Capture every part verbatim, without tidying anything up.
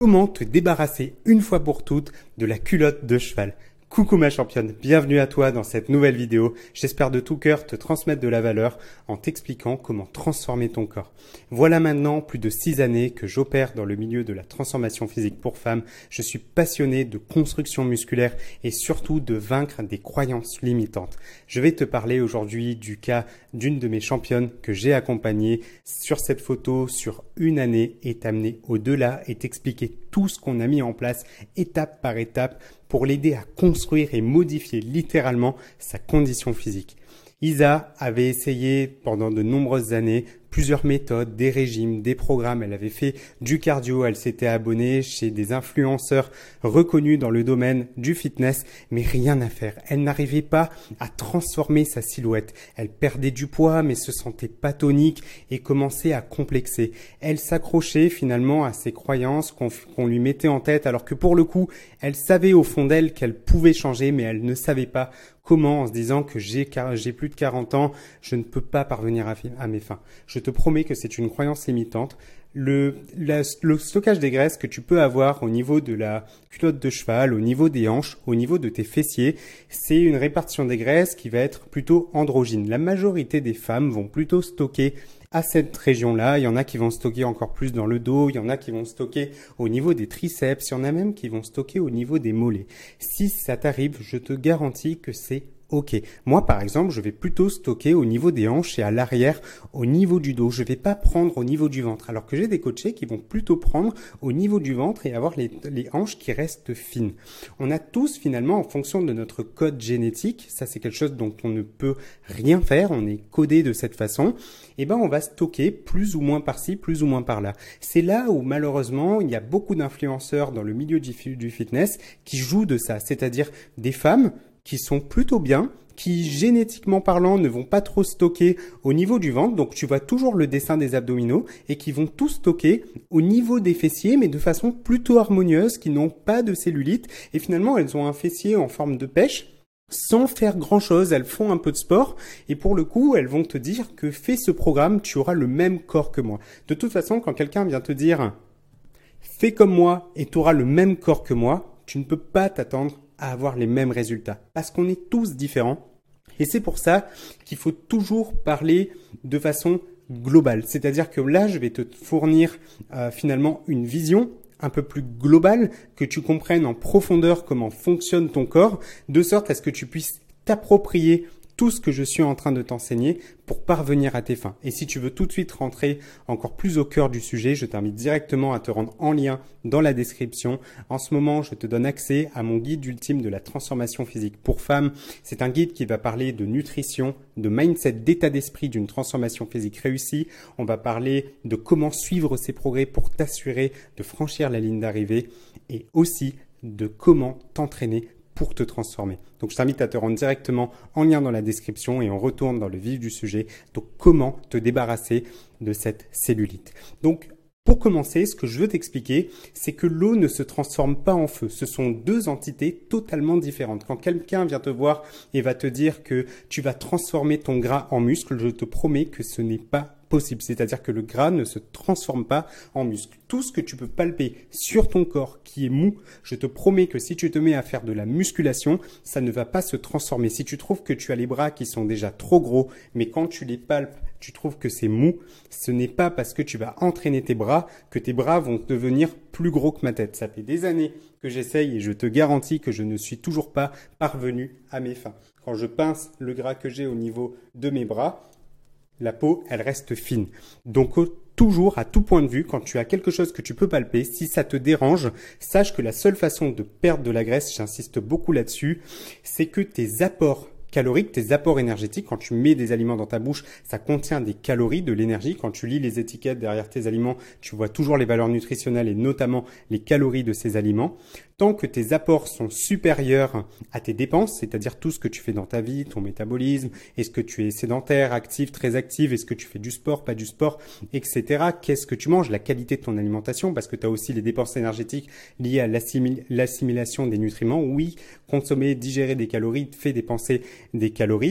Comment te débarrasser une fois pour toutes de la culotte de cheval? Coucou ma championne, bienvenue à toi dans cette nouvelle vidéo. J'espère de tout cœur te transmettre de la valeur en t'expliquant comment transformer ton corps. Voilà maintenant plus de six années que j'opère dans le milieu de la transformation physique pour femmes. Je suis passionné de construction musculaire et surtout de vaincre des croyances limitantes. Je vais te parler aujourd'hui du cas d'une de mes championnes que j'ai accompagnée sur cette photo sur une année et t'amener au-delà et t'expliquer tout ce qu'on a mis en place étape par étape pour l'aider à construire et modifier littéralement sa condition physique. Isa avait essayé pendant de nombreuses années plusieurs méthodes, des régimes, des programmes. Elle avait fait du cardio, elle s'était abonnée chez des influenceurs reconnus dans le domaine du fitness, mais rien à faire. Elle n'arrivait pas à transformer sa silhouette. Elle perdait du poids, mais se sentait pas tonique et commençait à complexer. Elle s'accrochait finalement à ses croyances qu'on qu'on lui mettait en tête, alors que pour le coup, elle savait au fond d'elle qu'elle pouvait changer, mais elle ne savait pas comment, en se disant que j'ai j'ai plus de quarante ans, je ne peux pas parvenir à, à mes fins. Je te promets que c'est une croyance limitante. Le, la, le stockage des graisses que tu peux avoir au niveau de la culotte de cheval, au niveau des hanches, au niveau de tes fessiers, c'est une répartition des graisses qui va être plutôt androgyne. La majorité des femmes vont plutôt stocker à cette région-là. Il y en a qui vont stocker encore plus dans le dos, il y en a qui vont stocker au niveau des triceps, il y en a même qui vont stocker au niveau des mollets. Si ça t'arrive, je te garantis que c'est ok. Moi, par exemple, je vais plutôt stocker au niveau des hanches et à l'arrière, au niveau du dos. Je vais pas prendre au niveau du ventre. Alors que j'ai des coachés qui vont plutôt prendre au niveau du ventre et avoir les, les hanches qui restent fines. On a tous finalement, en fonction de notre code génétique, ça c'est quelque chose dont on ne peut rien faire, on est codé de cette façon, et ben on va stocker plus ou moins par-ci, plus ou moins par-là. C'est là où malheureusement, il y a beaucoup d'influenceurs dans le milieu du, du fitness qui jouent de ça. C'est-à-dire des femmes qui sont plutôt bien, qui génétiquement parlant ne vont pas trop stocker au niveau du ventre, donc tu vois toujours le dessin des abdominaux, et qui vont tout stocker au niveau des fessiers, mais de façon plutôt harmonieuse, qui n'ont pas de cellulite, et finalement elles ont un fessier en forme de pêche, sans faire grand chose, elles font un peu de sport, et pour le coup, elles vont te dire que fais ce programme, tu auras le même corps que moi. De toute façon, quand quelqu'un vient te dire fais comme moi et tu auras le même corps que moi, tu ne peux pas t'attendre à avoir les mêmes résultats parce qu'on est tous différents et c'est pour ça qu'il faut toujours parler de façon globale. C'est-à-dire que là, je vais te fournir euh, finalement une vision un peu plus globale, que tu comprennes en profondeur comment fonctionne ton corps, de sorte à ce que tu puisses t'approprier tout ce que je suis en train de t'enseigner pour parvenir à tes fins. Et si tu veux tout de suite rentrer encore plus au cœur du sujet, je t'invite directement à te rendre en lien dans la description. En ce moment, je te donne accès à mon guide ultime de la transformation physique pour femmes. C'est un guide qui va parler de nutrition, de mindset, d'état d'esprit d'une transformation physique réussie. On va parler de comment suivre ses progrès pour t'assurer de franchir la ligne d'arrivée et aussi de comment t'entraîner pour te transformer. Donc, je t'invite à te rendre directement en lien dans la description et on retourne dans le vif du sujet. Donc, comment te débarrasser de cette cellulite. Donc, pour commencer, ce que je veux t'expliquer, c'est que l'eau ne se transforme pas en feu. Ce sont deux entités totalement différentes. Quand quelqu'un vient te voir et va te dire que tu vas transformer ton gras en muscle, je te promets que ce n'est pas possible. C'est-à-dire que le gras ne se transforme pas en muscle. Tout ce que tu peux palper sur ton corps qui est mou, je te promets que si tu te mets à faire de la musculation, ça ne va pas se transformer. Si tu trouves que tu as les bras qui sont déjà trop gros, mais quand tu les palpes, tu trouves que c'est mou, ce n'est pas parce que tu vas entraîner tes bras que tes bras vont devenir plus gros que ma tête. Ça fait des années que j'essaye et je te garantis que je ne suis toujours pas parvenu à mes fins. Quand je pince le gras que j'ai au niveau de mes bras, la peau, elle reste fine. Donc, toujours, à tout point de vue, quand tu as quelque chose que tu peux palper, si ça te dérange, sache que la seule façon de perdre de la graisse, j'insiste beaucoup là-dessus, c'est que tes apports caloriques, tes apports énergétiques, quand tu mets des aliments dans ta bouche, ça contient des calories, de l'énergie. Quand tu lis les étiquettes derrière tes aliments, tu vois toujours les valeurs nutritionnelles et notamment les calories de ces aliments. Tant que tes apports sont supérieurs à tes dépenses, c'est-à-dire tout ce que tu fais dans ta vie, ton métabolisme, est-ce que tu es sédentaire, actif, très actif, est-ce que tu fais du sport, pas du sport, et cetera. Qu'est-ce que tu manges, la qualité de ton alimentation, parce que tu as aussi les dépenses énergétiques liées à l'assimil- l'assimilation des nutriments. Oui, consommer, digérer des calories fait dépenser des calories.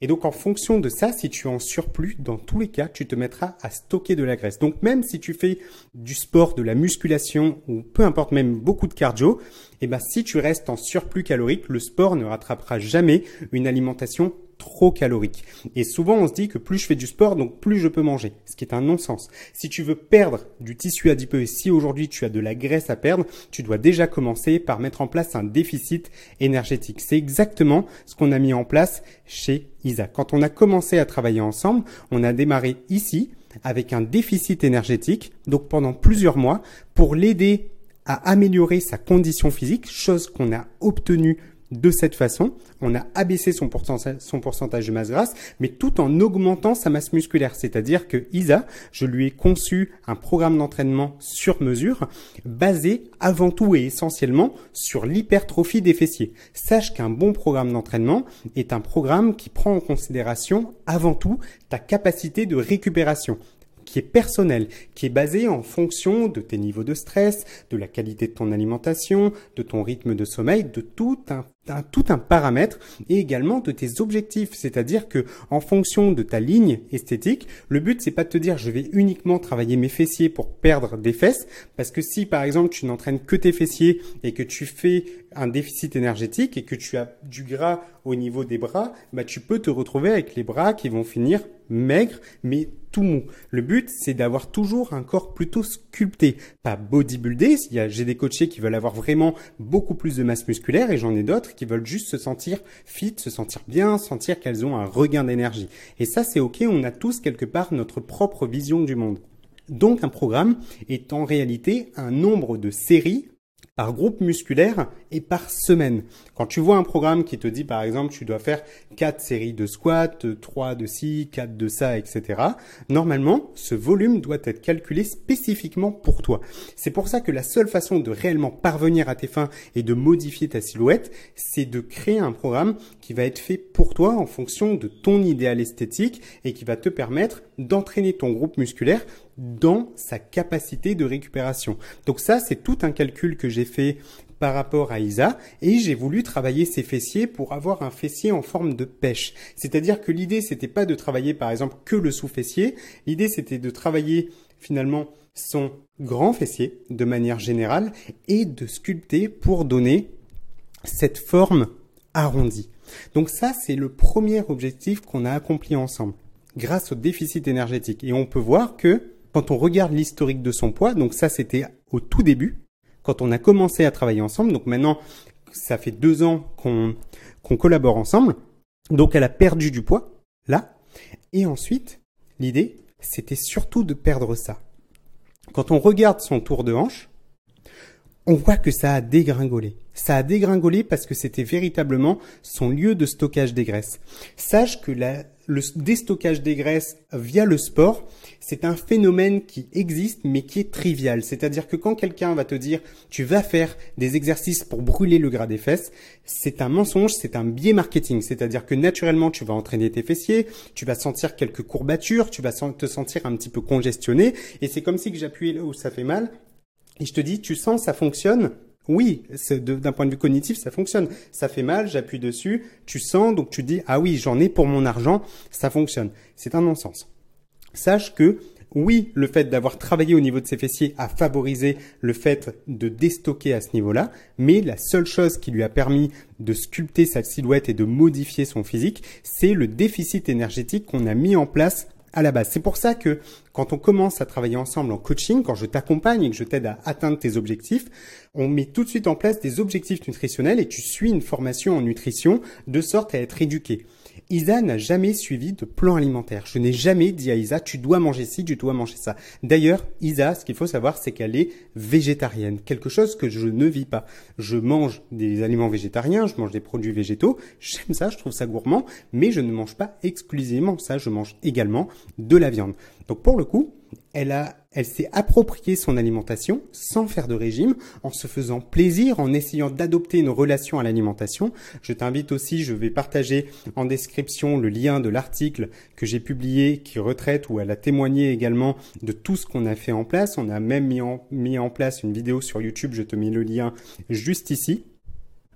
Et donc, en fonction de ça, si tu es en surplus, dans tous les cas, tu te mettras à stocker de la graisse. Donc, même si tu fais du sport, de la musculation ou peu importe, même beaucoup de cardio, eh ben, si tu restes en surplus calorique, le sport ne rattrapera jamais une alimentation trop calorique. Et souvent, on se dit que plus je fais du sport, donc plus je peux manger, ce qui est un non-sens. Si tu veux perdre du tissu adipeux et si aujourd'hui tu as de la graisse à perdre, tu dois déjà commencer par mettre en place un déficit énergétique. C'est exactement ce qu'on a mis en place chez Isa. Quand on a commencé à travailler ensemble, on a démarré ici avec un déficit énergétique, donc pendant plusieurs mois, pour l'aider à améliorer sa condition physique, chose qu'on a obtenue de cette façon. On a abaissé son pourcentage, son pourcentage de masse grasse, mais tout en augmentant sa masse musculaire. C'est-à-dire que Isa, je lui ai conçu un programme d'entraînement sur mesure basé avant tout et essentiellement sur l'hypertrophie des fessiers. Sache qu'un bon programme d'entraînement est un programme qui prend en considération avant tout ta capacité de récupération, qui est personnel, qui est basé en fonction de tes niveaux de stress, de la qualité de ton alimentation, de ton rythme de sommeil, de tout un, un tout un paramètre et également de tes objectifs. C'est-à-dire que en fonction de ta ligne esthétique, le but c'est pas de te dire je vais uniquement travailler mes fessiers pour perdre des fesses, parce que si par exemple tu n'entraînes que tes fessiers et que tu fais un déficit énergétique et que tu as du gras au niveau des bras, bah tu peux te retrouver avec les bras qui vont finir maigres mais tout mou. Le but, c'est d'avoir toujours un corps plutôt sculpté, pas bodybuildé. J'ai des coachés qui veulent avoir vraiment beaucoup plus de masse musculaire et j'en ai d'autres qui veulent juste se sentir fit, se sentir bien, sentir qu'elles ont un regain d'énergie. Et ça, c'est ok, on a tous quelque part notre propre vision du monde. Donc, un programme est en réalité un nombre de séries par groupe musculaire et par semaine. Quand tu vois un programme qui te dit, par exemple, tu dois faire quatre séries de squats, trois de ci, quatre de ça, et cetera. Normalement, ce volume doit être calculé spécifiquement pour toi. C'est pour ça que la seule façon de réellement parvenir à tes fins et de modifier ta silhouette, c'est de créer un programme qui va être fait pour toi en fonction de ton idéal esthétique et qui va te permettre d'entraîner ton groupe musculaire dans sa capacité de récupération. Donc ça, c'est tout un calcul que j'ai fait par rapport à Isa et j'ai voulu travailler ses fessiers pour avoir un fessier en forme de pêche. C'est-à-dire que l'idée, c'était pas de travailler par exemple que le sous-fessier. L'idée, c'était de travailler finalement son grand fessier de manière générale et de sculpter pour donner cette forme arrondie. Donc ça, c'est le premier objectif qu'on a accompli ensemble grâce au déficit énergétique. Et on peut voir que quand on regarde l'historique de son poids, donc ça c'était au tout début, quand on a commencé à travailler ensemble, donc maintenant ça fait deux ans qu'on qu'on collabore ensemble, donc elle a perdu du poids, là, et ensuite l'idée c'était surtout de perdre ça. Quand on regarde son tour de hanche, on voit que ça a dégringolé. Ça a dégringolé parce que c'était véritablement son lieu de stockage des graisses. Sache que la, le déstockage des graisses via le sport, c'est un phénomène qui existe mais qui est trivial. C'est-à-dire que quand quelqu'un va te dire « tu vas faire des exercices pour brûler le gras des fesses », c'est un mensonge, c'est un biais marketing. C'est-à-dire que naturellement, tu vas entraîner tes fessiers, tu vas sentir quelques courbatures, tu vas te sentir un petit peu congestionné et c'est comme si que j'appuyais là où ça fait mal et je te dis « tu sens, ça fonctionne ?» Oui, d'un point de vue cognitif, ça fonctionne. Ça fait mal, j'appuie dessus, tu sens, donc tu dis « ah oui, j'en ai pour mon argent, ça fonctionne ». C'est un non-sens. Sache que oui, le fait d'avoir travaillé au niveau de ses fessiers a favorisé le fait de déstocker à ce niveau-là, mais la seule chose qui lui a permis de sculpter sa silhouette et de modifier son physique, c'est le déficit énergétique qu'on a mis en place à la base. C'est pour ça que quand on commence à travailler ensemble en coaching, quand je t'accompagne et que je t'aide à atteindre tes objectifs, on met tout de suite en place des objectifs nutritionnels et tu suis une formation en nutrition de sorte à être éduqué. Isa n'a jamais suivi de plan alimentaire. Je n'ai jamais dit à Isa, tu dois manger ci, tu dois manger ça. D'ailleurs, Isa, ce qu'il faut savoir, c'est qu'elle est végétarienne. Quelque chose que je ne vis pas. Je mange des aliments végétariens, je mange des produits végétaux. J'aime ça, je trouve ça gourmand, mais je ne mange pas exclusivement ça. Je mange également de la viande. Donc pour le coup, elle a, elle s'est approprié son alimentation sans faire de régime, en se faisant plaisir, en essayant d'adopter une relation à l'alimentation. Je t'invite aussi, je vais partager en description le lien de l'article que j'ai publié qui retraite où elle a témoigné également de tout ce qu'on a fait en place. On a même mis en, mis en place une vidéo sur YouTube, je te mets le lien juste ici.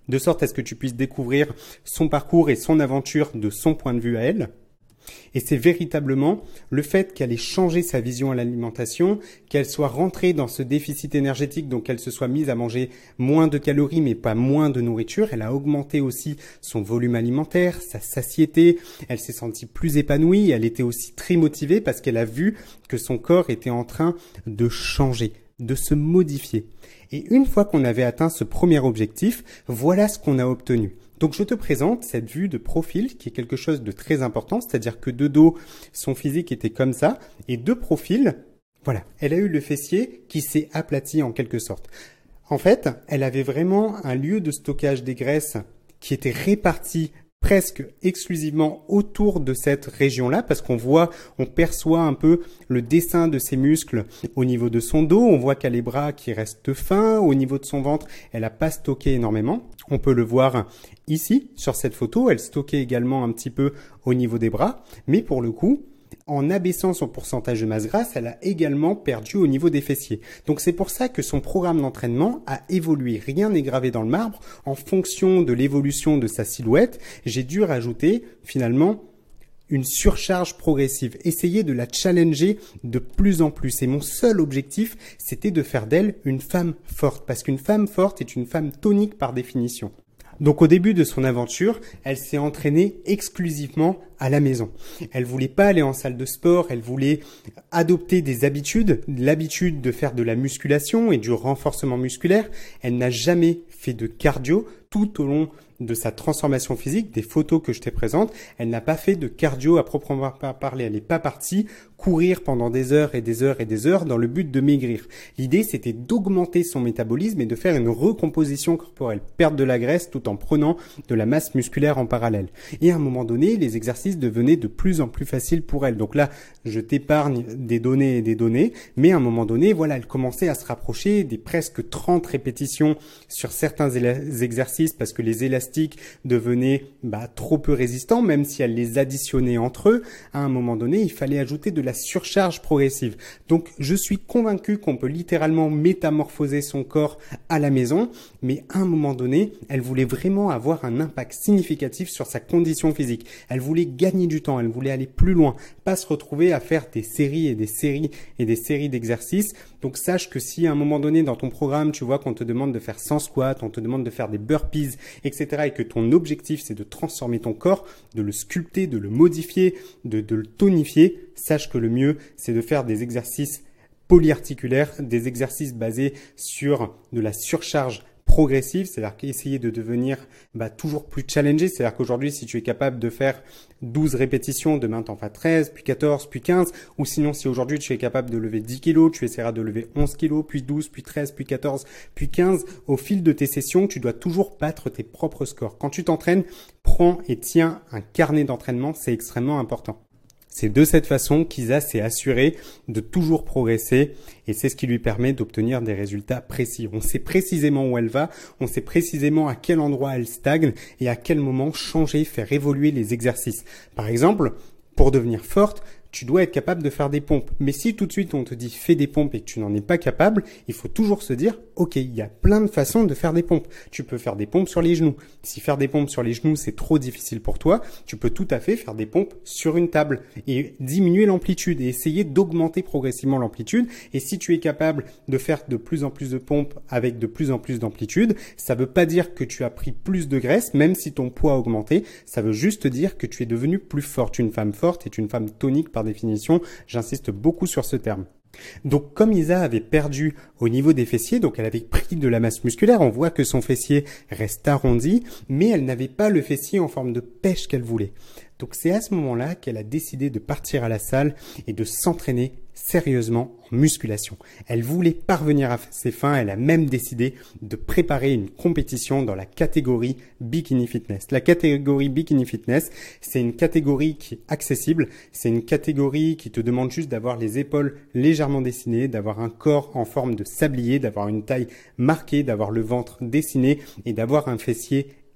de sorte à ce que tu puisses découvrir son parcours et son aventure de son point de vue à elle. Et c'est véritablement le fait qu'elle ait changé sa vision à l'alimentation, qu'elle soit rentrée dans ce déficit énergétique, donc qu'elle se soit mise à manger moins de calories mais pas moins de nourriture. Elle a augmenté aussi son volume alimentaire, sa satiété, elle s'est sentie plus épanouie, elle était aussi très motivée parce qu'elle a vu que son corps était en train de changer, de se modifier. Et une fois qu'on avait atteint ce premier objectif, voilà ce qu'on a obtenu. Donc je te présente cette vue de profil qui est quelque chose de très important, c'est-à-dire que de dos, son physique était comme ça, et de profil, voilà, elle a eu le fessier qui s'est aplati en quelque sorte. En fait, elle avait vraiment un lieu de stockage des graisses qui était réparti presque exclusivement autour de cette région-là, parce qu'on voit, on perçoit un peu le dessin de ses muscles au niveau de son dos, on voit qu'elle a les bras qui restent fins, au niveau de son ventre, elle n'a pas stocké énormément. On peut le voir ici, sur cette photo, elle stockait également un petit peu au niveau des bras, mais pour le coup, en abaissant son pourcentage de masse grasse, elle a également perdu au niveau des fessiers. Donc c'est pour ça que son programme d'entraînement a évolué. Rien n'est gravé dans le marbre. En fonction de l'évolution de sa silhouette, j'ai dû rajouter finalement une surcharge progressive. Essayer de la challenger de plus en plus. Et mon seul objectif, c'était de faire d'elle une femme forte. Parce qu'une femme forte est une femme tonique par définition. Donc au début de son aventure, elle s'est entraînée exclusivement à la maison. Elle voulait pas aller en salle de sport, elle voulait adopter des habitudes, l'habitude de faire de la musculation et du renforcement musculaire. Elle n'a jamais fait de cardio tout au long de sa transformation physique, des photos que je te présente. Elle n'a pas fait de cardio à proprement parler. Elle n'est pas partie courir pendant des heures et des heures et des heures dans le but de maigrir. L'idée, c'était d'augmenter son métabolisme et de faire une recomposition corporelle, perdre de la graisse tout en prenant de la masse musculaire en parallèle. Et à un moment donné, les exercices devenaient de plus en plus faciles pour elle. Donc là, je t'épargne des données et des données, mais à un moment donné, voilà, elle commençait à se rapprocher des presque trente répétitions sur certains exercices parce que les élastiques devenaient bah, trop peu résistants, même si elle les additionnait entre eux. À un moment donné, il fallait ajouter de la surcharge progressive. Donc, je suis convaincu qu'on peut littéralement métamorphoser son corps à la maison, mais à un moment donné, elle voulait vraiment avoir un impact significatif sur sa condition physique. Elle voulait gagner du temps, elle voulait aller plus loin, pas se retrouver à faire des séries et des séries et des séries d'exercices. Donc, sache que si à un moment donné dans ton programme, tu vois qu'on te demande de faire cent squats, on te demande de faire des burpees, et cetera, et que ton objectif, c'est de transformer ton corps, de le sculpter, de le modifier, de, de le tonifier, sache que le mieux, c'est de faire des exercices polyarticulaires, des exercices basés sur de la surcharge progressive, c'est-à-dire qu'essayer de devenir bah, toujours plus challengé, c'est-à-dire qu'aujourd'hui, si tu es capable de faire douze répétitions, demain t'en feras treize, puis quatorze, puis quinze, ou sinon si aujourd'hui tu es capable de lever dix kilos, tu essaieras de lever onze kilos, puis douze, puis treize, puis quatorze, puis quinze. Au fil de tes sessions, tu dois toujours battre tes propres scores. Quand tu t'entraînes, prends et tiens un carnet d'entraînement, c'est extrêmement important. C'est de cette façon qu'Isa s'est assurée de toujours progresser et c'est ce qui lui permet d'obtenir des résultats précis. On sait précisément où elle va, on sait précisément à quel endroit elle stagne et à quel moment changer, faire évoluer les exercices. Par exemple, pour devenir forte, tu dois être capable de faire des pompes. Mais si tout de suite on te dit fais des pompes et que tu n'en es pas capable, il faut toujours se dire ok, il y a plein de façons de faire des pompes. Tu peux faire des pompes sur les genoux. Si faire des pompes sur les genoux c'est trop difficile pour toi, tu peux tout à fait faire des pompes sur une table et diminuer l'amplitude et essayer d'augmenter progressivement l'amplitude. Et si tu es capable de faire de plus en plus de pompes avec de plus en plus d'amplitude, ça veut pas dire que tu as pris plus de graisse, même si ton poids a augmenté. Ça veut juste dire que tu es devenu plus forte. Une femme forte est une femme tonique par définition, j'insiste beaucoup sur ce terme. Donc comme Isa avait perdu au niveau des fessiers, donc elle avait pris de la masse musculaire, on voit que son fessier reste arrondi, mais elle n'avait pas le fessier en forme de pêche qu'elle voulait. Donc c'est à ce moment-là qu'elle a décidé de partir à la salle et de s'entraîner sérieusement en musculation. Elle voulait parvenir à ses fins, elle a même décidé de préparer une compétition dans la catégorie Bikini Fitness. La catégorie Bikini Fitness, c'est une catégorie qui est accessible, c'est une catégorie qui te demande juste d'avoir les épaules légèrement dessinées, d'avoir un corps en forme de sablier, d'avoir une taille marquée, d'avoir le ventre dessiné et d'avoir un fessier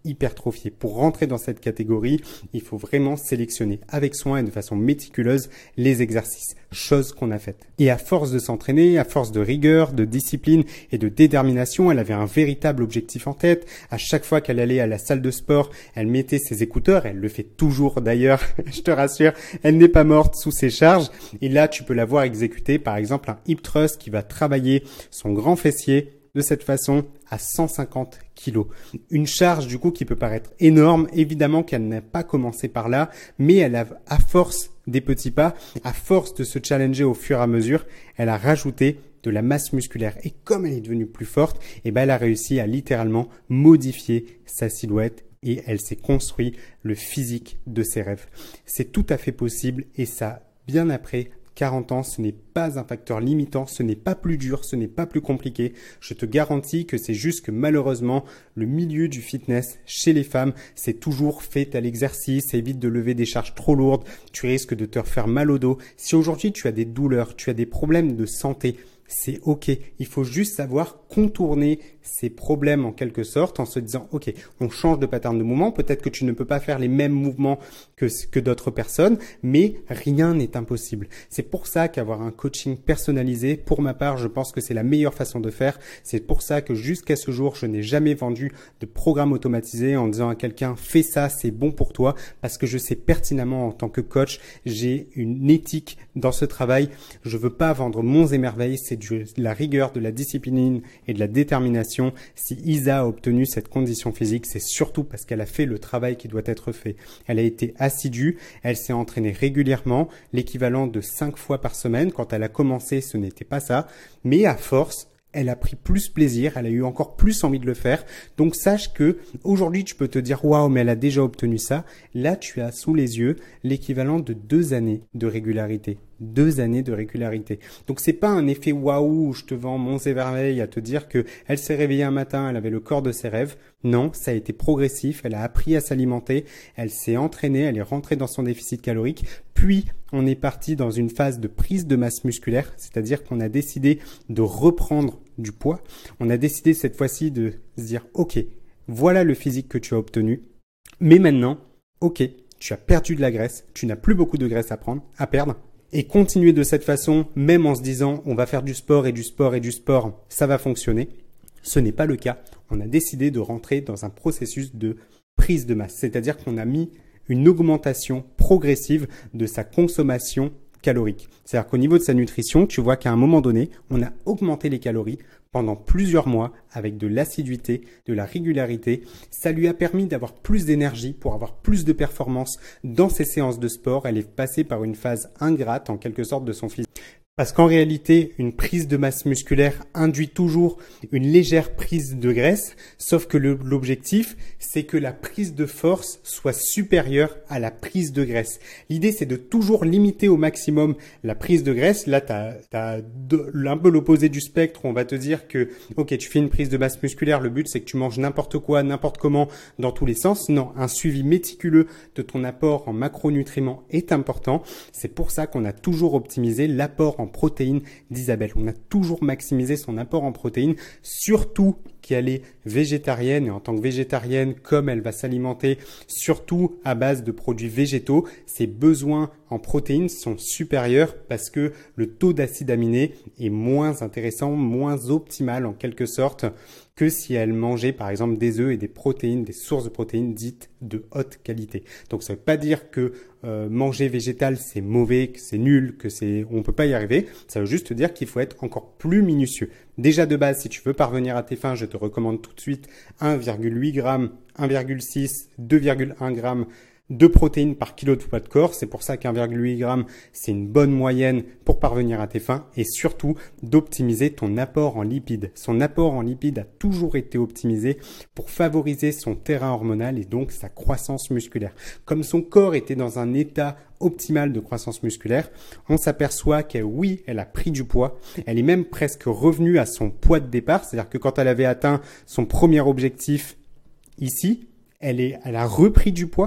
hypertrophié. Pour rentrer dans cette catégorie, il faut vraiment sélectionner avec soin et de façon méticuleuse les exercices, chose qu'on a faite. Et à force de s'entraîner, à force de rigueur, de discipline et de détermination, elle avait un véritable objectif en tête. À chaque fois qu'elle allait à la salle de sport, elle mettait ses écouteurs, elle le fait toujours d'ailleurs, je te rassure, elle n'est pas morte sous ses charges. Et là, tu peux la voir exécuter par exemple un hip thrust qui va travailler son grand fessier de cette façon à cent cinquante kilos. Une charge du coup qui peut paraître énorme, évidemment qu'elle n'a pas commencé par là, mais elle a, à force des petits pas, à force de se challenger au fur et à mesure, elle a rajouté de la masse musculaire. Et comme elle est devenue plus forte, eh ben elle a réussi à littéralement modifier sa silhouette et elle s'est construit le physique de ses rêves. C'est tout à fait possible et ça, bien après quarante ans, ce n'est pas un facteur limitant, ce n'est pas plus dur, ce n'est pas plus compliqué. Je te garantis que c'est juste que malheureusement, le milieu du fitness chez les femmes, c'est toujours fait à l'exercice, évite de lever des charges trop lourdes, tu risques de te refaire mal au dos. Si aujourd'hui tu as des douleurs, tu as des problèmes de santé, c'est ok. Il faut juste savoir contourner ces problèmes en quelque sorte en se disant ok, on change de pattern de mouvement. Peut-être que tu ne peux pas faire les mêmes mouvements que, que d'autres personnes, mais rien n'est impossible. C'est pour ça qu'avoir un coaching personnalisé, pour ma part, je pense que c'est la meilleure façon de faire. C'est pour ça que jusqu'à ce jour, je n'ai jamais vendu de programme automatisé en disant à quelqu'un fais ça, c'est bon pour toi, parce que je sais pertinemment en tant que coach, j'ai une éthique dans ce travail. Je veux pas vendre monts et merveilles, c'est de la rigueur, de la discipline et de la détermination. Si Isa a obtenu cette condition physique, c'est surtout parce qu'elle a fait le travail qui doit être fait. Elle a été assidue, elle s'est entraînée régulièrement, l'équivalent de cinq fois par semaine. Quand elle a commencé, ce n'était pas ça. Mais à force, elle a pris plus plaisir, elle a eu encore plus envie de le faire. Donc sache que aujourd'hui tu peux te dire waouh, mais elle a déjà obtenu ça. Là tu as sous les yeux l'équivalent de deux années de régularité. Deux années de régularité. Donc c'est pas un effet waouh où je te vends monts et merveilles à te dire que elle s'est réveillée un matin, elle avait le corps de ses rêves. Non, ça a été progressif, elle a appris à s'alimenter, elle s'est entraînée, elle est rentrée dans son déficit calorique, puis on est parti dans une phase de prise de masse musculaire, c'est-à-dire qu'on a décidé de reprendre du poids. On a décidé cette fois-ci de se dire ok, voilà le physique que tu as obtenu, mais maintenant, ok, tu as perdu de la graisse, tu n'as plus beaucoup de graisse à prendre, à perdre. Et continuer de cette façon, même en se disant on va faire du sport et du sport et du sport, ça va fonctionner. Ce n'est pas le cas. On a décidé de rentrer dans un processus de prise de masse, c'est-à-dire qu'on a mis une augmentation progressive de sa consommation calorique. C'est-à-dire qu'au niveau de sa nutrition, tu vois qu'à un moment donné, on a augmenté les calories pendant plusieurs mois avec de l'assiduité, de la régularité. Ça lui a permis d'avoir plus d'énergie pour avoir plus de performance dans ses séances de sport. Elle est passée par une phase ingrate en quelque sorte de son physique. Parce qu'en réalité, une prise de masse musculaire induit toujours une légère prise de graisse, sauf que le, l'objectif, c'est que la prise de force soit supérieure à la prise de graisse. L'idée, c'est de toujours limiter au maximum la prise de graisse. Là, tu as un peu l'opposé du spectre où on va te dire que, ok, tu fais une prise de masse musculaire, le but, c'est que tu manges n'importe quoi, n'importe comment, dans tous les sens. Non, un suivi méticuleux de ton apport en macronutriments est important. C'est pour ça qu'on a toujours optimisé l'apport en protéines d'Isabelle. On a toujours maximisé son apport en protéines, surtout qu'elle est végétarienne, et en tant que végétarienne, comme elle va s'alimenter surtout à base de produits végétaux, ses besoins en protéines sont supérieurs parce que le taux d'acides aminés est moins intéressant, moins optimal en quelque sorte que si elle mangeait par exemple des œufs et des protéines, des sources de protéines dites de haute qualité. Donc ça ne veut pas dire que euh, manger végétal c'est mauvais, que c'est nul, que c'est on peut pas y arriver. Ça veut juste dire qu'il faut être encore plus minutieux. Déjà de base, si tu veux parvenir à tes fins, je te recommande tout de suite un virgule huit grammes, un virgule six, deux virgule un grammes de protéines par kilo de poids de corps. C'est pour ça qu'un virgule huit grammes, c'est une bonne moyenne pour parvenir à tes fins et surtout d'optimiser ton apport en lipides. Son apport en lipides a toujours été optimisé pour favoriser son terrain hormonal et donc sa croissance musculaire. Comme son corps était dans un état optimal de croissance musculaire, on s'aperçoit que oui, elle a pris du poids. Elle est même presque revenue à son poids de départ. C'est-à-dire que quand elle avait atteint son premier objectif ici, elle, est, elle a repris du poids.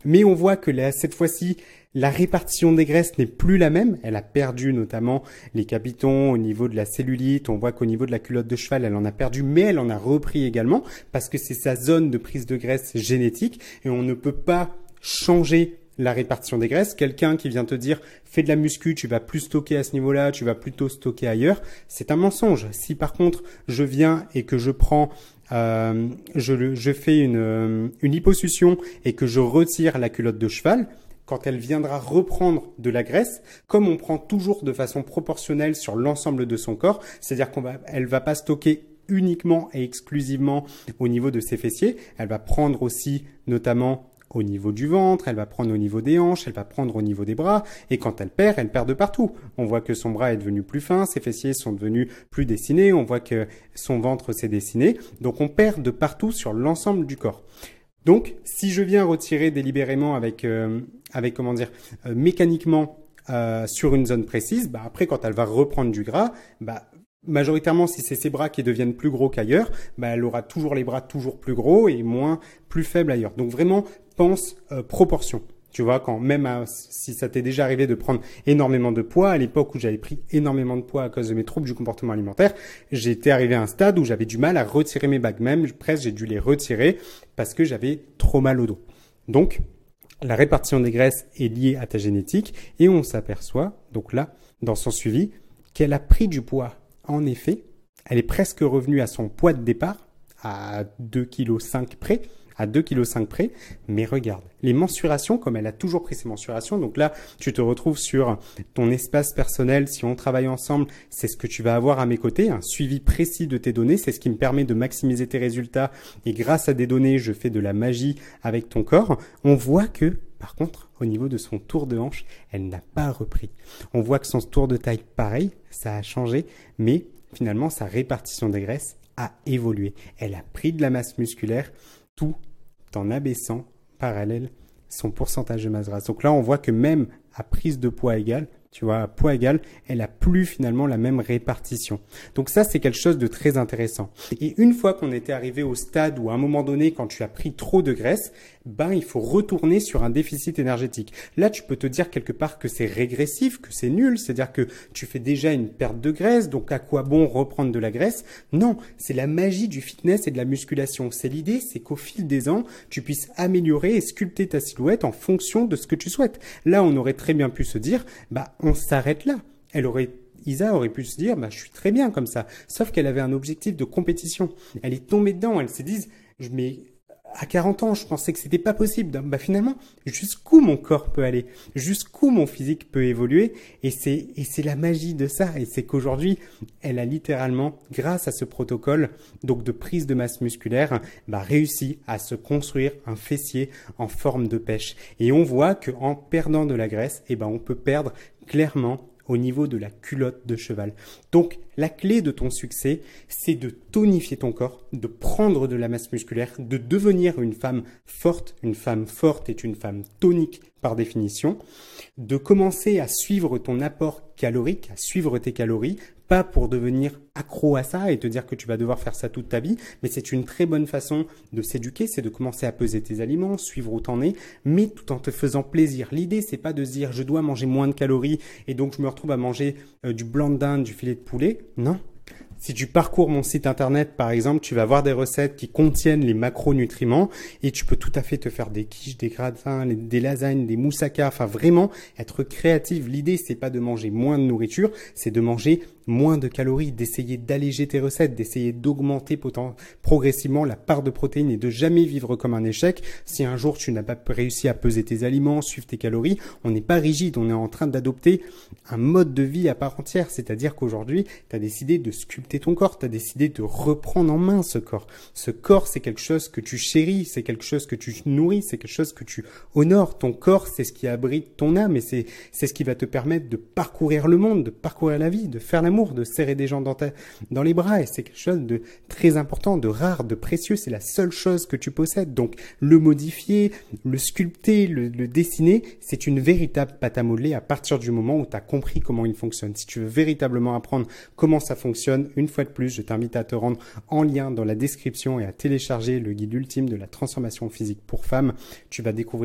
Mais on voit que là, cette fois-ci, la répartition des graisses n'est plus la même. Elle a perdu notamment les capitons au niveau de la cellulite. On voit qu'au niveau de la culotte de cheval, elle en a perdu, mais elle en a repris également parce que c'est sa zone de prise de graisse génétique et on ne peut pas changer la répartition des graisses. Quelqu'un qui vient te dire fais de la muscu, tu vas plus stocker à ce niveau-là, tu vas plutôt stocker ailleurs, c'est un mensonge. Si par contre je viens et que je prends euh, je, je fais une, une liposuction et que je retire la culotte de cheval, quand elle viendra reprendre de la graisse, comme on prend toujours de façon proportionnelle sur l'ensemble de son corps, c'est-à-dire qu'on va, elle va pas stocker uniquement et exclusivement au niveau de ses fessiers, elle va prendre aussi notamment au niveau du ventre, elle va prendre au niveau des hanches, elle va prendre au niveau des bras, et quand elle perd, elle perd de partout. On voit que son bras est devenu plus fin, ses fessiers sont devenus plus dessinés, on voit que son ventre s'est dessiné, donc on perd de partout sur l'ensemble du corps. Donc, si je viens retirer délibérément avec, euh, avec comment dire, euh, mécaniquement euh, sur une zone précise, bah après, quand elle va reprendre du gras, bah majoritairement, si c'est ses bras qui deviennent plus gros qu'ailleurs, bah elle aura toujours les bras toujours plus gros et moins plus faibles ailleurs. Donc vraiment, pense euh, proportion. Tu vois, quand même à, si ça t'est déjà arrivé de prendre énormément de poids, à l'époque où j'avais pris énormément de poids à cause de mes troubles du comportement alimentaire, j'étais arrivé à un stade où j'avais du mal à retirer mes bagues. Même presque, j'ai dû les retirer parce que j'avais trop mal au dos. Donc, la répartition des graisses est liée à ta génétique et on s'aperçoit, donc là, dans son suivi, qu'elle a pris du poids. En effet, elle est presque revenue à son poids de départ, à deux virgule cinq kilos près, à deux virgule cinq kilos près, mais regarde, les mensurations, comme elle a toujours pris ses mensurations, donc là, tu te retrouves sur ton espace personnel, si on travaille ensemble, c'est ce que tu vas avoir à mes côtés, un suivi précis de tes données, c'est ce qui me permet de maximiser tes résultats, et grâce à des données, je fais de la magie avec ton corps. On voit que, par contre, au niveau de son tour de hanche, elle n'a pas repris. On voit que son tour de taille, pareil, ça a changé, mais finalement, sa répartition des graisses a évolué. Elle a pris de la masse musculaire, tout en abaissant parallèle son pourcentage de masse grasse. Donc là, on voit que même à prise de poids égale, tu vois, à poids égal, elle a plus finalement la même répartition. Donc ça, c'est quelque chose de très intéressant. Et une fois qu'on était arrivé au stade où à un moment donné, quand tu as pris trop de graisse, ben il faut retourner sur un déficit énergétique. Là, tu peux te dire quelque part que c'est régressif, que c'est nul, c'est-à-dire que tu fais déjà une perte de graisse, donc à quoi bon reprendre de la graisse? Non, c'est la magie du fitness et de la musculation. C'est l'idée, c'est qu'au fil des ans, tu puisses améliorer et sculpter ta silhouette en fonction de ce que tu souhaites. Là, on aurait très bien pu se dire, bah on s'arrête là. Elle aurait Isa aurait pu se dire, bah, je suis très bien comme ça. Sauf qu'elle avait un objectif de compétition. Elle est tombée dedans. Elle s'est dit, je mets, à quarante ans, je pensais que c'était pas possible. Bah, finalement, jusqu'où mon corps peut aller? Jusqu'où mon physique peut évoluer? Et c'est, et c'est la magie de ça. Et c'est qu'aujourd'hui, elle a littéralement, grâce à ce protocole, donc de prise de masse musculaire, bah, réussi à se construire un fessier en forme de pêche. Et on voit qu'en perdant de la graisse, eh ben, on peut perdre clairement au niveau de la culotte de cheval. Donc, la clé de ton succès, c'est de tonifier ton corps, de prendre de la masse musculaire, de devenir une femme forte. Une femme forte est une femme tonique par définition. De commencer à suivre ton apport calorique, à suivre tes calories, pas pour devenir accro à ça et te dire que tu vas devoir faire ça toute ta vie, mais c'est une très bonne façon de s'éduquer, c'est de commencer à peser tes aliments, suivre où t'en es, mais tout en te faisant plaisir. L'idée, c'est pas de se dire je dois manger moins de calories et donc je me retrouve à manger euh, du blanc de dinde, du filet de poulet. Non. Si tu parcours mon site internet, par exemple, tu vas voir des recettes qui contiennent les macronutriments et tu peux tout à fait te faire des quiches, des gratins, des lasagnes, des moussaka. Enfin, vraiment être créative. L'idée, c'est pas de manger moins de nourriture, c'est de manger moins de calories, d'essayer d'alléger tes recettes, d'essayer d'augmenter poten- progressivement la part de protéines et de jamais vivre comme un échec. Si un jour tu n'as pas réussi à peser tes aliments, suivre tes calories, on n'est pas rigide, on est en train d'adopter un mode de vie à part entière. C'est-à-dire qu'aujourd'hui, tu as décidé de sculpter ton corps, tu as décidé de reprendre en main ce corps. Ce corps, c'est quelque chose que tu chéris, c'est quelque chose que tu nourris, c'est quelque chose que tu honores. Ton corps, c'est ce qui abrite ton âme et c'est, c'est ce qui va te permettre de parcourir le monde, de parcourir la vie, de faire l'amour, de serrer des gens dans, ta, dans les bras. Et c'est quelque chose de très important, de rare, de précieux. C'est la seule chose que tu possèdes. Donc, le modifier, le sculpter, le, le dessiner, c'est une véritable pâte à modeler à partir du moment où tu as compris comment il fonctionne. Si tu veux véritablement apprendre comment ça fonctionne, une fois de plus, je t'invite à te rendre en lien dans la description et à télécharger le guide ultime de la transformation physique pour femmes. Tu vas découvrir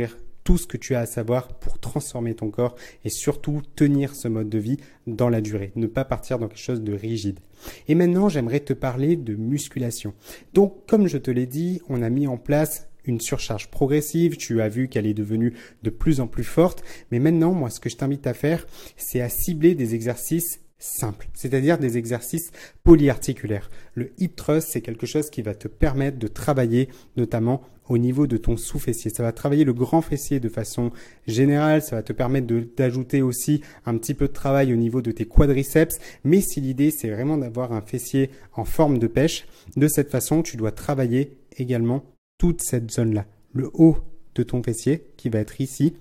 tout ce que tu as à savoir pour transformer ton corps et surtout tenir ce mode de vie dans la durée, ne pas partir dans quelque chose de rigide. Et maintenant, j'aimerais te parler de musculation. Donc, comme je te l'ai dit, on a mis en place une surcharge progressive, tu as vu qu'elle est devenue de plus en plus forte, mais maintenant, moi, ce que je t'invite à faire, c'est à cibler des exercices simples, c'est-à-dire des exercices polyarticulaires. Le hip thrust, c'est quelque chose qui va te permettre de travailler notamment au niveau de ton sous-fessier. Ça va travailler le grand fessier de façon générale, ça va te permettre d'ajouter aussi un petit peu de travail au niveau de tes quadriceps, mais si l'idée c'est vraiment d'avoir un fessier en forme de pêche, de cette façon, tu dois travailler également toute cette zone-là, le haut de ton fessier qui va être ici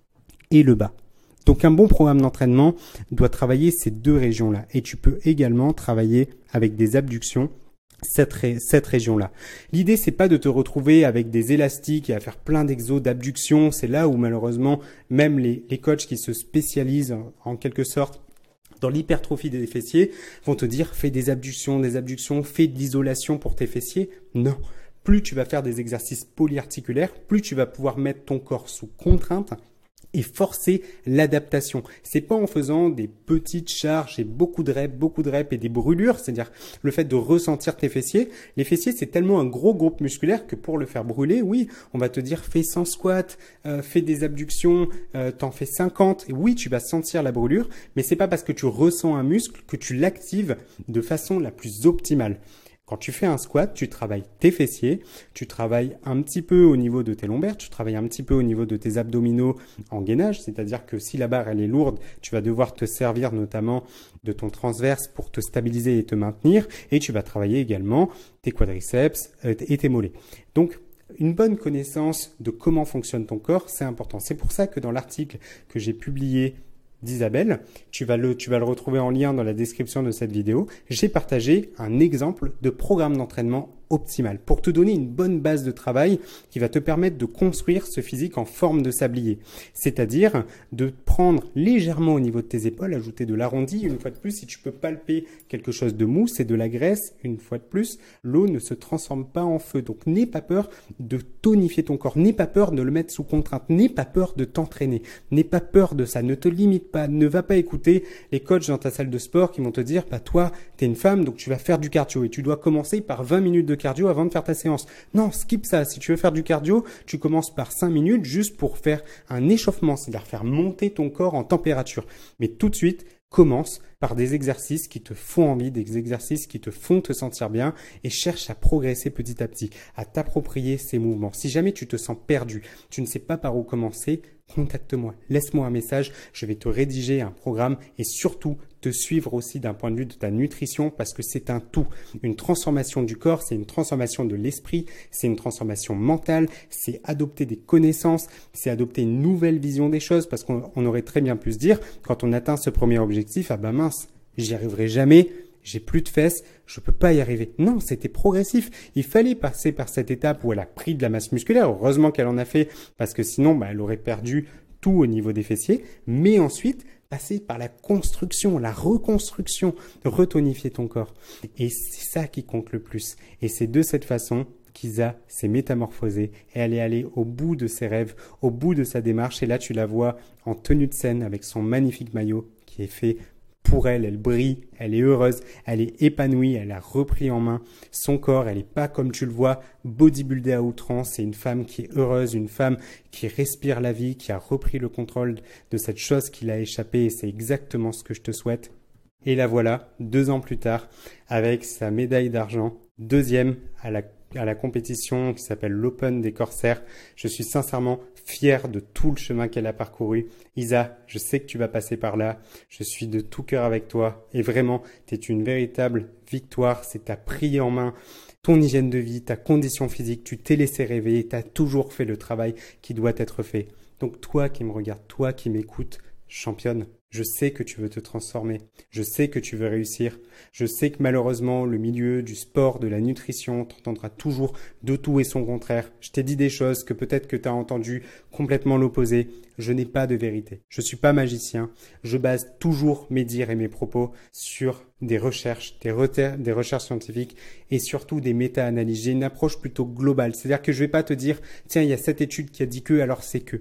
et le bas. Donc un bon programme d'entraînement doit travailler ces deux régions-là et tu peux également travailler avec des abductions cette, ré cette région-là. L'idée c'est pas de te retrouver avec des élastiques et à faire plein d'exos d'abduction, c'est là où malheureusement même les, les coachs qui se spécialisent en, en quelque sorte dans l'hypertrophie des fessiers vont te dire fais des abductions, des abductions, fais de l'isolation pour tes fessiers. Non. Plus tu vas faire des exercices polyarticulaires, plus tu vas pouvoir mettre ton corps sous contrainte et forcer l'adaptation. C'est pas en faisant des petites charges et beaucoup de reps, beaucoup de reps et des brûlures, c'est-à-dire le fait de ressentir tes fessiers. Les fessiers, c'est tellement un gros groupe musculaire que pour le faire brûler, oui, on va te dire fais cent squats, euh, fais des abductions, euh, t'en fais cinquante. Et oui, tu vas sentir la brûlure, mais c'est pas parce que tu ressens un muscle que tu l'actives de façon la plus optimale. Quand tu fais un squat, tu travailles tes fessiers, tu travailles un petit peu au niveau de tes lombaires, tu travailles un petit peu au niveau de tes abdominaux en gainage, c'est-à-dire que si la barre elle est lourde, tu vas devoir te servir notamment de ton transverse pour te stabiliser et te maintenir, et tu vas travailler également tes quadriceps et tes mollets. Donc, une bonne connaissance de comment fonctionne ton corps, c'est important. C'est pour ça que dans l'article que j'ai publié d'Isabelle, tu vas le, tu vas le retrouver en lien dans la description de cette vidéo. J'ai partagé un exemple de programme d'entraînement optimal pour te donner une bonne base de travail qui va te permettre de construire ce physique en forme de sablier. C'est-à-dire de prendre légèrement au niveau de tes épaules, ajouter de l'arrondi. Une fois de plus, si tu peux palper quelque chose de mou, c'est de la graisse. Une fois de plus, l'eau ne se transforme pas en feu. Donc, n'aie pas peur de tonifier ton corps. N'aie pas peur de le mettre sous contrainte. N'aie pas peur de t'entraîner. N'aie pas peur de ça. Ne te limite pas. Ne va pas écouter les coachs dans ta salle de sport qui vont te dire, bah, toi, t'es une femme, donc tu vas faire du cardio et tu dois commencer par vingt minutes de cardio avant de faire ta séance. Non, skip ça. Si tu veux faire du cardio, tu commences par cinq minutes juste pour faire un échauffement, c'est-à-dire faire monter ton corps en température. Mais tout de suite, commence par des exercices qui te font envie, des exercices qui te font te sentir bien et cherche à progresser petit à petit, à t'approprier ces mouvements. Si jamais tu te sens perdu, tu ne sais pas par où commencer, contacte-moi, laisse-moi un message, je vais te rédiger un programme et surtout te suivre aussi d'un point de vue de ta nutrition parce que c'est un tout. Une transformation du corps, c'est une transformation de l'esprit, c'est une transformation mentale, c'est adopter des connaissances, c'est adopter une nouvelle vision des choses parce qu'on aurait très bien pu se dire quand on atteint ce premier objectif, ah ben mince, j'y arriverai jamais. J'ai plus de fesses, je peux pas y arriver. Non, c'était progressif. Il fallait passer par cette étape où elle a pris de la masse musculaire. Heureusement qu'elle en a fait parce que sinon, bah, elle aurait perdu tout au niveau des fessiers. Mais ensuite, passer par la construction, la reconstruction, retonifier ton corps. Et c'est ça qui compte le plus. Et c'est de cette façon qu'Isa s'est métamorphosée et elle est allée au bout de ses rêves, au bout de sa démarche. Et là, tu la vois en tenue de scène avec son magnifique maillot qui est fait pour elle, elle brille, elle est heureuse, elle est épanouie, elle a repris en main son corps, elle n'est pas comme tu le vois, bodybuildée à outrance, c'est une femme qui est heureuse, une femme qui respire la vie, qui a repris le contrôle de cette chose qui l'a échappé et c'est exactement ce que je te souhaite. Et la voilà, deux ans plus tard, avec sa médaille d'argent, deuxième à la à la compétition qui s'appelle l'Open des Corsaires. Je suis sincèrement fier de tout le chemin qu'elle a parcouru. Isa, je sais que tu vas passer par là. Je suis de tout cœur avec toi. Et vraiment, tu es une véritable victoire. C'est ta pris en main ton hygiène de vie, ta condition physique. Tu t'es laissé rêver. Tu as toujours fait le travail qui doit être fait. Donc toi qui me regardes, toi qui m'écoutes, championne. Je sais que tu veux te transformer. Je sais que tu veux réussir. Je sais que malheureusement, le milieu du sport, de la nutrition, t'entendra toujours de tout et son contraire. Je t'ai dit des choses que peut-être que tu as entendu complètement l'opposé. Je n'ai pas de vérité. Je suis pas magicien. Je base toujours mes dires et mes propos sur des recherches, des, re- des recherches scientifiques et surtout des méta-analyses. J'ai une approche plutôt globale. C'est-à-dire que je vais pas te dire, tiens, il y a cette étude qui a dit que, alors c'est que.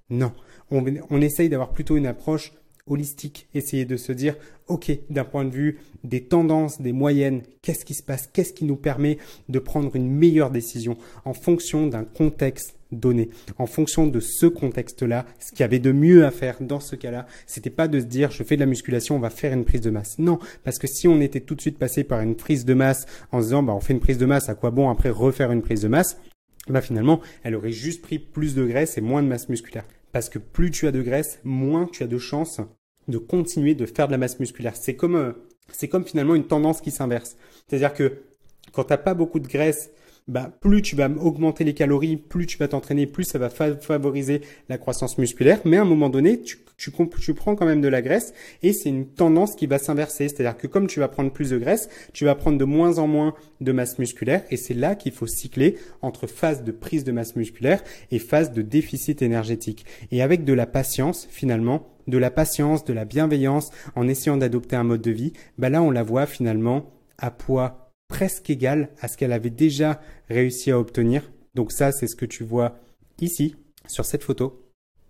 Non, on, on essaye d'avoir plutôt une approche holistique, essayer de se dire, ok, d'un point de vue des tendances, des moyennes, qu'est-ce qui se passe, qu'est-ce qui nous permet de prendre une meilleure décision en fonction d'un contexte donné, en fonction de ce contexte-là, ce qu'il y avait de mieux à faire dans ce cas-là, c'était pas de se dire, je fais de la musculation, on va faire une prise de masse. Non, parce que si on était tout de suite passé par une prise de masse en se disant, bah, on fait une prise de masse, à quoi bon après refaire une prise de masse? Bah, finalement, elle aurait juste pris plus de graisse et moins de masse musculaire. Parce que plus tu as de graisse, moins tu as de chances de continuer de faire de la masse musculaire. C'est comme, euh, c'est comme finalement une tendance qui s'inverse. C'est-à-dire que quand tu n'as pas beaucoup de graisse, bah, plus tu vas augmenter les calories, plus tu vas t'entraîner, plus ça va fa- favoriser la croissance musculaire. Mais à un moment donné, tu, tu, tu prends quand même de la graisse et c'est une tendance qui va s'inverser. C'est-à-dire que comme tu vas prendre plus de graisse, tu vas prendre de moins en moins de masse musculaire et c'est là qu'il faut cycler entre phase de prise de masse musculaire et phase de déficit énergétique. Et avec de la patience, finalement, de la patience, de la bienveillance, en essayant d'adopter un mode de vie, bah là, on la voit finalement à poids presque égal à ce qu'elle avait déjà réussi à obtenir. Donc ça, c'est ce que tu vois ici, sur cette photo.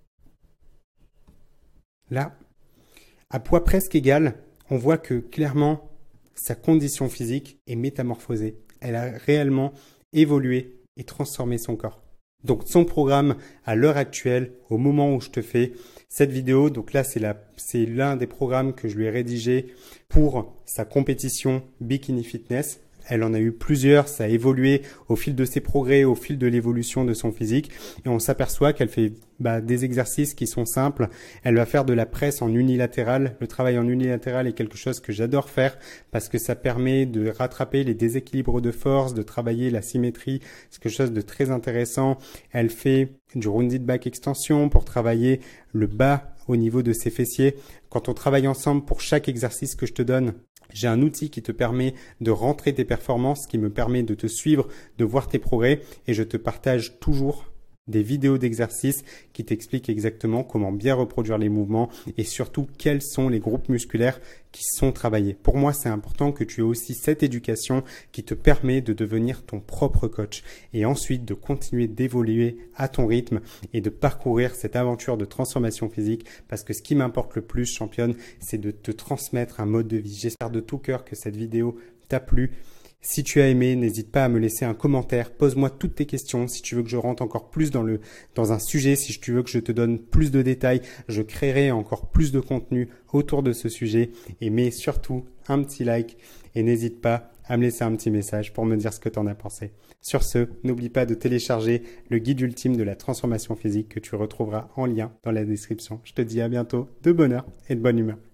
Là, à poids presque égal, on voit que clairement, sa condition physique est métamorphosée. Elle a réellement évolué et transformé son corps. Donc son programme à l'heure actuelle, au moment où je te fais cette vidéo, donc là c'est la, c'est l'un des programmes que je lui ai rédigé pour sa compétition Bikini Fitness. Elle en a eu plusieurs, ça a évolué au fil de ses progrès, au fil de l'évolution de son physique. Et on s'aperçoit qu'elle fait bah, des exercices qui sont simples. Elle va faire de la presse en unilatéral. Le travail en unilatéral est quelque chose que j'adore faire parce que ça permet de rattraper les déséquilibres de force, de travailler la symétrie. C'est quelque chose de très intéressant. Elle fait du rounded back extension pour travailler le bas au niveau de ses fessiers. Quand on travaille ensemble pour chaque exercice que je te donne, j'ai un outil qui te permet de rentrer tes performances, qui me permet de te suivre, de voir tes progrès et je te partage toujours des vidéos d'exercices qui t'expliquent exactement comment bien reproduire les mouvements et surtout quels sont les groupes musculaires qui sont travaillés. Pour moi, c'est important que tu aies aussi cette éducation qui te permet de devenir ton propre coach et ensuite de continuer d'évoluer à ton rythme et de parcourir cette aventure de transformation physique parce que ce qui m'importe le plus, championne, c'est de te transmettre un mode de vie. J'espère de tout cœur que cette vidéo t'a plu. Si tu as aimé, n'hésite pas à me laisser un commentaire, pose-moi toutes tes questions. Si tu veux que je rentre encore plus dans le dans un sujet, si tu veux que je te donne plus de détails, je créerai encore plus de contenu autour de ce sujet. Et mets surtout un petit like et n'hésite pas à me laisser un petit message pour me dire ce que tu en as pensé. Sur ce, n'oublie pas de télécharger le guide ultime de la transformation physique que tu retrouveras en lien dans la description. Je te dis à bientôt, de bonne heure et de bonne humeur.